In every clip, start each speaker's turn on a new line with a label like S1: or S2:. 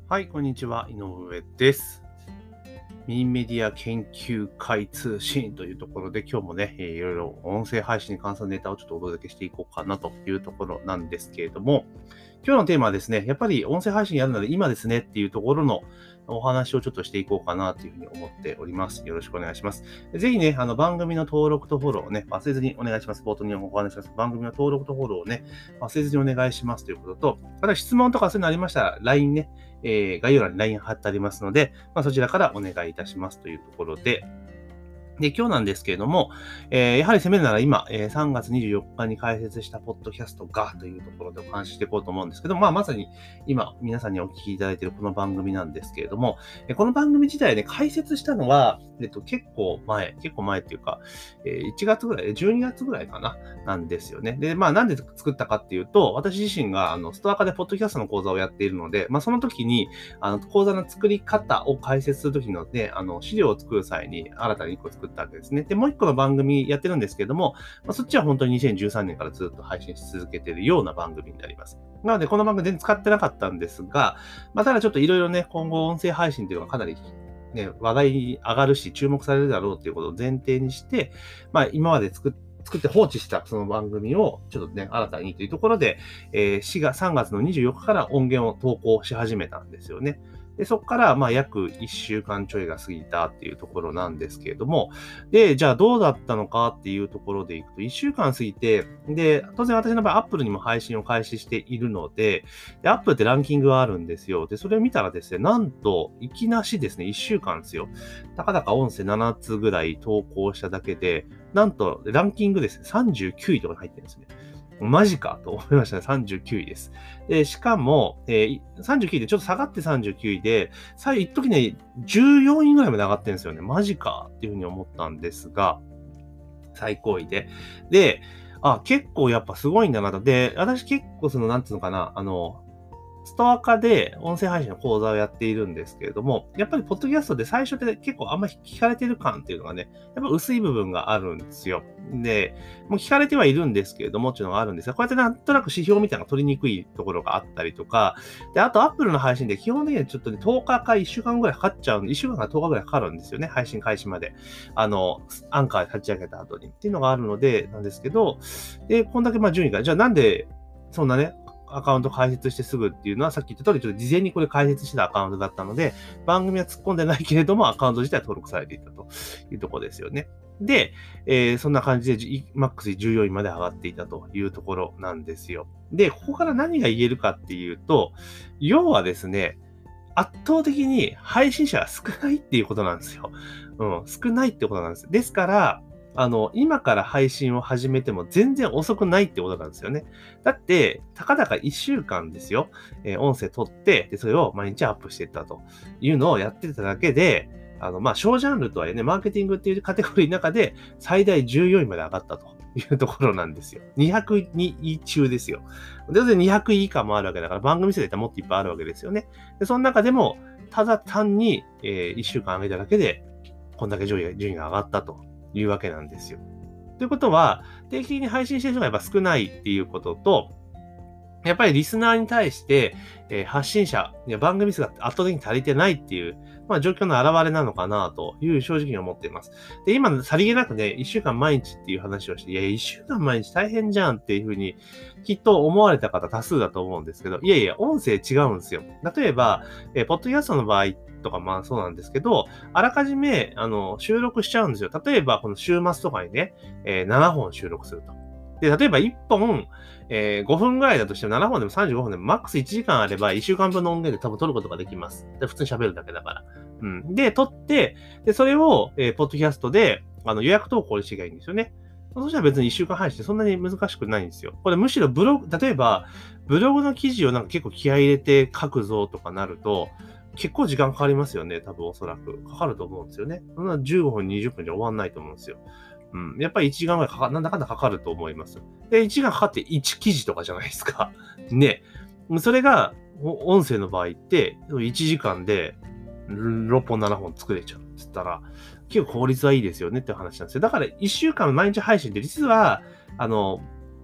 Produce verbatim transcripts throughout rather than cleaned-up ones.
S1: はい、こんにちは。井上です。ミンメディア研究会通信というところで、今日もね、えーいろいろ音声配信に関するネタをちょっとお届けしていこうかなというところなんですけれども、今日のテーマはですね、やっぱり音声配信やるので今ですねっていうところのお話をちょっとしていこうかなというふうに思っております。よろしくお願いします。ぜひね、あの番組の登録とフォローをね、忘れずにお願いします。冒頭にお話します。番組の登録とフォローをね、忘れずにお願いしますということと、また質問とかそういうのありましたら、ライン ね、えー概要欄に ライン 貼ってありますので、まあ、そちらからお願いいたしますというところで、で、今日なんですけれども、えーやはり攻めるなら今、えーさんがつにじゅうよっかに開設したポッドキャストがというところでお話ししていこうと思うんですけど、まあ、まさに今、皆さんにお聞きいただいているこの番組なんですけれども、えーこの番組自体ね、開設したのは、えっと、結構前、結構前っていうか、えーいちがつぐらい、じゅうにがつぐらいかな、なんですよね。で、まあ、なんで作ったかっていうと、私自身が、あの、ストア化でポッドキャストの講座をやっているので、まあ、その時に、あの、講座の作り方を解説するときので、あの、資料を作る際に新たにいっこ作ったわけですね。で、もういっこの番組やってるんですけども、まあ、そっちは本当ににせんじゅうさんねんからずっと配信し続けているような番組になります。なので、この番組全然使ってなかったんですが、まあ、ただちょっといろいろね、今後音声配信っていうのがかなりね、話題に上がるし、注目されるだろうっていうことを前提にして、まあ、今まで作っ作って放置したその番組をちょっとね、新たにというところで、えー、しがつ、さんがつのにじゅうよっかから音源を投稿し始めたんですよね。で、そこから、まあ、約いっしゅうかんちょいが過ぎたっていうところなんですけれども、で、じゃあどうだったのかっていうところでいくと、いっしゅうかん過ぎて、で、当然私の場合、Apple にも配信を開始しているので、で、Apple ってランキングがあるんですよ。で、それを見たらですね、なんと、いきなしですね、いっしゅうかんですよ。たかだか音声ななつぐらい投稿しただけで、なんと、ランキングですね、さんじゅうきゅういとかに入ってるんですね。マジかと思いましたね。さんじゅうきゅういです。で、しかも、えーさんじゅうきゅういでちょっと下がってさんじゅうきゅういで、最後、一時ね、じゅうよんいぐらいまで上がってるんですよね。マジかっていうふうに思ったんですが、最高位で。で、あ、結構やっぱすごいんだなと。で、私結構その、なんつうのかな、あの、ストア化で音声配信の講座をやっているんですけれども、やっぱりポッドキャストで最初って結構あんまり聞かれてる感っていうのがね、やっぱ薄い部分があるんですよ。で、もう聞かれてはいるんですけれどもっていうのがあるんですが、こうやってなんとなく指標みたいなのが取りにくいところがあったりとか、で、あと Apple の配信で基本的にはちょっとね、とおかかいっしゅうかんぐらいかかっちゃう、いっしゅうかんからとおかぐらいかかるんですよね、配信開始まで。あの、アンカーで立ち上げた後にっていうのがあるので、なんですけど、で、こんだけまあ順位が、じゃあなんで、そんなね、アカウント開設してすぐっていうのは、さっき言った通り、ちょっと事前にこれ開設してたアカウントだったので、番組は突っ込んでないけれども、アカウント自体は登録されていたというところですよね。で、えーそんな感じで、じマックスじゅうよんいまで上がっていたというところなんですよ。で、ここから何が言えるかっていうと、要はですね、圧倒的に配信者が少ないっていうことなんですよ。うん、少ないってことなんです。ですから、あの、今から配信を始めても全然遅くないってことなんですよね。だって、たかだかいっしゅうかんですよ。えー音声取って、で、それを毎日アップしていったというのをやってただけで、あの、まあ、小ジャンルとはいえね、マーケティングっていうカテゴリーの中で最大じゅうよんいまで上がったというところなんですよ。にひゃくい中ですよ。で、にひゃくい以下もあるわけだから、番組数で言ったらもっといっぱいあるわけですよね。で、その中でも、ただ単に、えー、いっしゅうかん上げただけで、こんだけ順位が順位が上がったというわけなんですよ。ということは、定期的に配信してる人がやっぱ少ないっていうことと、やっぱりリスナーに対して、えー発信者、いや番組数が圧倒的に足りてないっていう、まあ状況の表れなのかなという正直に思っています。で、今、さりげなくね、いっしゅうかん毎日っていう話をして、いや、いっしゅうかん毎日大変じゃんっていうふうに、きっと思われた方多数だと思うんですけど、いやいや、音声違うんですよ。例えば、えーポッドキャストの場合とか、まあそうなんですけど、あらかじめ、あの、収録しちゃうんですよ。例えば、この週末とかにね、えーななほん収録すると。で、例えばいっぽん、えーごふんぐらいだとしてもななほんでもさんじゅうごふんでもマックスいちじかんあればいっしゅうかんぶんの音源で多分撮ることができます。で普通に喋るだけだから。うん。で、撮って、で、それを、えーポッドキャストで、あの、予約投稿していけばいいんですよね。そしたら別にいっしゅうかん配信ってそんなに難しくないんですよ。これむしろブログ、例えば、ブログの記事をなんか結構気合い入れて書くぞとかなると、結構時間かかりますよね。多分おそらく。かかると思うんですよね。そんなじゅうごふん、にじゅっぷんじゃ終わんないと思うんですよ。うん。やっぱりいちじかんぐらいかか、なんだかんだかかると思います。で、いちじかんかかっていち記事とかじゃないですか。ね。それが、お音声の場合って、いちじかんでろっぽんななほん作れちゃうって言ったら、結構効率はいいですよねって話なんですよ。だからいっしゅうかん毎日配信って実は、あの、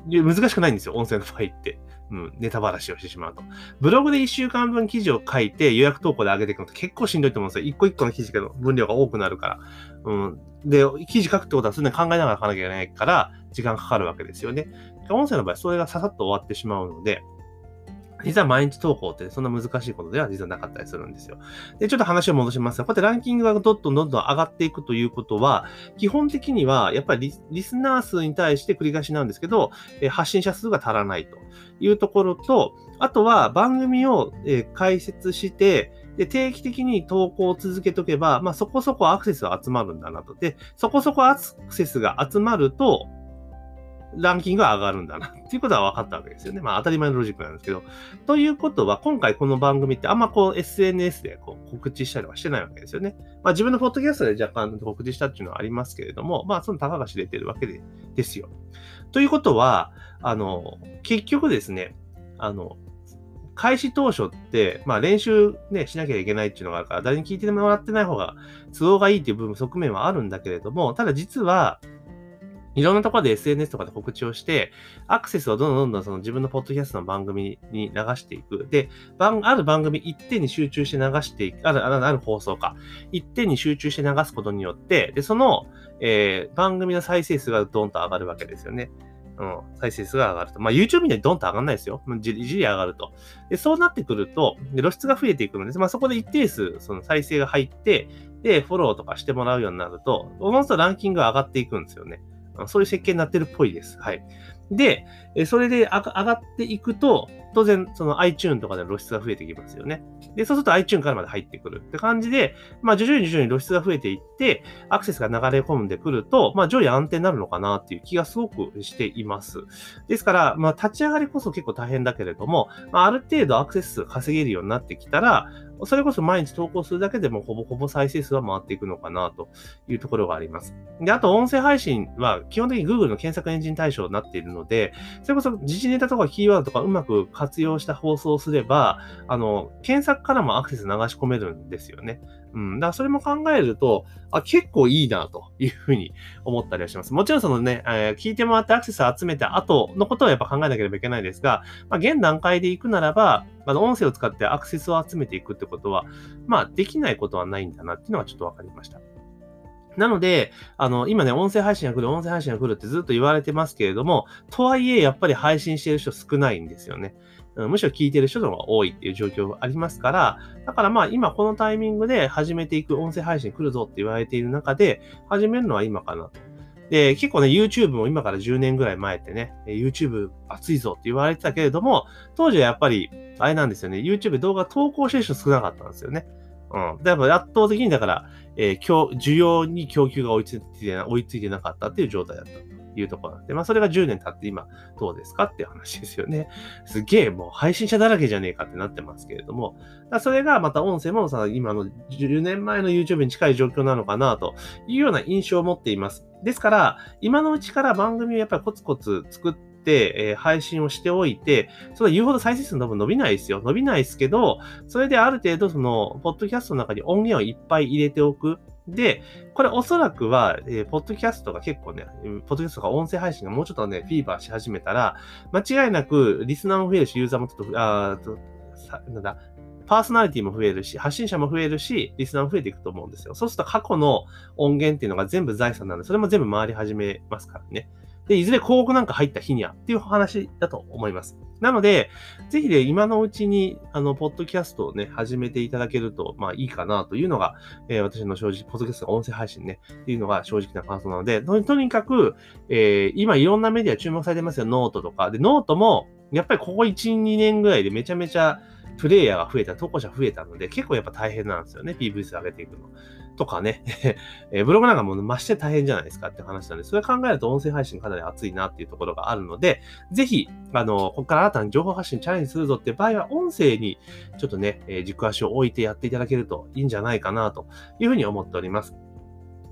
S1: 難しくないんですよ、音声の場合って。うん、ネタばらしをしてしまうと。ブログでいっしゅうかんぶん記事を書いて予約投稿で上げていくのって結構しんどいと思うんですよ。一個一個の記事の分量が多くなるから。うん。で、記事書くってことはそれで考えながら書かなきゃいけないから、時間かかるわけですよね。音声の場合、それがささっと終わってしまうので、実は毎日投稿ってそんな難しいことでは実はなかったりするんですよ。で、ちょっと話を戻しますが、こうやってランキングがどんどんどんどん上がっていくということは、基本的にはやっぱりリス、リスナー数に対して繰り返しなんですけど、えー発信者数が足らないというところと、あとは番組を、えー解説して、で、定期的に投稿を続けとけば、まあそこそこアクセスは集まるんだなと。で、そこそこアクセスが集まると、ランキングが上がるんだなっていうことは分かったわけですよね。まあ当たり前のロジックなんですけど。ということは、今回この番組ってあんまこう エスエヌエス でこう告知したりはしてないわけですよね。まあ自分のポッドキャストで若干告知したっていうのはありますけれども、まあそのたかが知れてるわけでですよ。ということは、あの、結局ですね、あの、開始当初って、まあ練習ね、しなきゃいけないっていうのがあるから、誰に聞いてもらってない方が都合がいいっていう部分、側面はあるんだけれども、ただ実は、いろんなところで エスエヌエス とかで告知をして、アクセスをどんどんどんどんその自分のポッドキャストの番組に流していく。で、番ある番組一点に集中して流していく。ある、ある、ある放送か。一点に集中して流すことによって、で、その、えー、番組の再生数がドンと上がるわけですよね。うん、再生数が上がると。まあ、YouTube みたいにドンと上がらないですよ。じりじり上がると。で、そうなってくると、で露出が増えていくので、まあ、そこで一定数、その再生が入って、で、フォローとかしてもらうようになると、おのずとランキングが上がっていくんですよね。そういう設計になってるっぽいです。はい。で、それで上がっていくと、当然、その iTunes とかで露出が増えてきますよね。で、そうすると iTunes からまで入ってくるって感じで、まあ、徐々に徐々に露出が増えていって、アクセスが流れ込んでくると、まあ、上位安定になるのかなっていう気がすごくしています。ですから、まあ、立ち上がりこそ結構大変だけれども、まあ、ある程度アクセス数稼げるようになってきたら、それこそ毎日投稿するだけでもほぼほぼ再生数は回っていくのかなというところがあります。で、あと音声配信は基本的に Google の検索エンジン対象になっているので、それこそ時事ネタとかキーワードとかうまく活用した放送をすれば、あの、検索からもアクセス流し込めるんですよね。うん。だからそれも考えると、あ、結構いいなというふうに思ったりはします。もちろんそのね、えー、聞いてもらってアクセスを集めた後のことはやっぱ考えなければいけないですが、まあ、現段階で行くならば、あの、音声を使ってアクセスを集めていくってことは、まあ、できないことはないんだなっていうのはちょっとわかりました。なので、あの、今ね、音声配信が来る、音声配信が来るってずっと言われてますけれども、とはいえ、やっぱり配信している人少ないんですよね。うん、むしろ聞いている人の方が多いっていう状況がありますから、だからまあ今このタイミングで始めていく音声配信来るぞって言われている中で、始めるのは今かなと。で、結構ね、YouTube も今からじゅうねんぐらい前ってね、YouTube 熱いぞって言われてたけれども、当時はやっぱり、あれなんですよね、YouTube 動画投稿してる人少なかったんですよね。うん。だから圧倒的にだから、えー、需要に供給が追いついてな、追いついてなかったっていう状態だったというところなんで、まあそれがじゅうねん経って今どうですかっていう話ですよね。すげえもう配信者だらけじゃねえかってなってますけれども、だそれがまた音声もさ、今のじゅうねんまえの YouTube に近い状況なのかなというような印象を持っています。ですから、今のうちから番組をやっぱりコツコツ作って、えー、配信をしておいて、それは言うほど再生数の分伸びないですよ。伸びないですけど、それである程度その、ポッドキャストの中に音源をいっぱい入れておく。で、これおそらくは、えー、ポッドキャストが結構ね、ポッドキャストとか音声配信がもうちょっとね、フィーバーし始めたら、間違いなくリスナーも増えるし、ユーザーもちょっと、あーと、さなんだ、パーソナリティも増えるし、発信者も増えるし、リスナーも増えていくと思うんですよ。そうすると過去の音源っていうのが全部財産なので、それも全部回り始めますからね。で、いずれ広告なんか入った日にはっていう話だと思います。なので、ぜひね、今のうちに、あの、ポッドキャストをね、始めていただけると、まあいいかなというのが、えー、私の正直、ポッドキャストが音声配信ね、っていうのが正直な感想なので、と, とにかく、えー、今いろんなメディア注目されてますよ、ノートとか。で、ノートも、やっぱりここいち、にねんぐらいでめちゃめちゃプレイヤーが増えた、投稿者増えたので、結構やっぱ大変なんですよね、ピーブイ 数上げていくの。とかね、えー、ブログなんかも増して大変じゃないですかって話なんで、それ考えると音声配信かなり熱いなっていうところがあるので、ぜひ、あの、ここから新たに情報発信チャレンジするぞっていう場合は、音声にちょっとね、えー、軸足を置いてやっていただけるといいんじゃないかなというふうに思っております。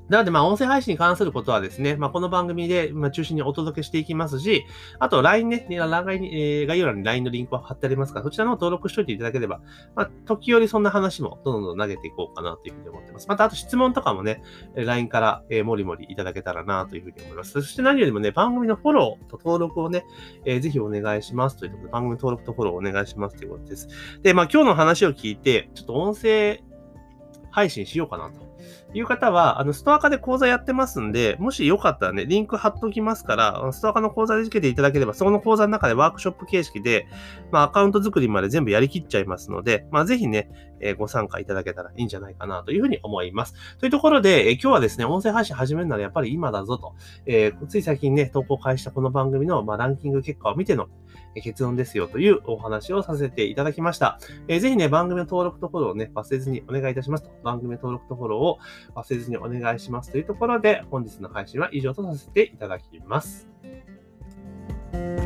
S1: なので、まあ、音声配信に関することはですね、まあ、この番組で、まあ、中心にお届けしていきますし、あと、ライン ね、ラインにえー概要欄に ライン のリンクを貼ってありますから、そちらの方登録しておいていただければ、まあ、時折そんな話もどんどん投げていこうかなというふうに思ってます。また、あと質問とかもね、ライン から、えー、もりもりいただけたらなというふうに思います。そして何よりもね、番組のフォローと登録をね、えー、ぜひお願いしますということで、番組登録とフォローをお願いしますということです。で、まあ、今日の話を聞いて、ちょっと音声配信しようかなという方は、あの、ストア化で講座やってますんで、もしよかったらね、リンク貼っておきますから、ストア化の講座で受けていただければ、その講座の中でワークショップ形式で、まあ、アカウント作りまで全部やりきっちゃいますので、まあ、ぜひね、えーご参加いただけたらいいんじゃないかなというふうに思います。というところで、えー今日はですね、音声配信始めるならやっぱり今だぞと、えーつい最近ね、投稿開始したこの番組の、まあ、ランキング結果を見てのえー結論ですよというお話をさせていただきました。えーぜひね、番組の登録とフォローをね、忘れずにお願いいたしますと。番組の登録とフォローを忘れずにお願いしますというところで、本日の配信は以上とさせていただきます。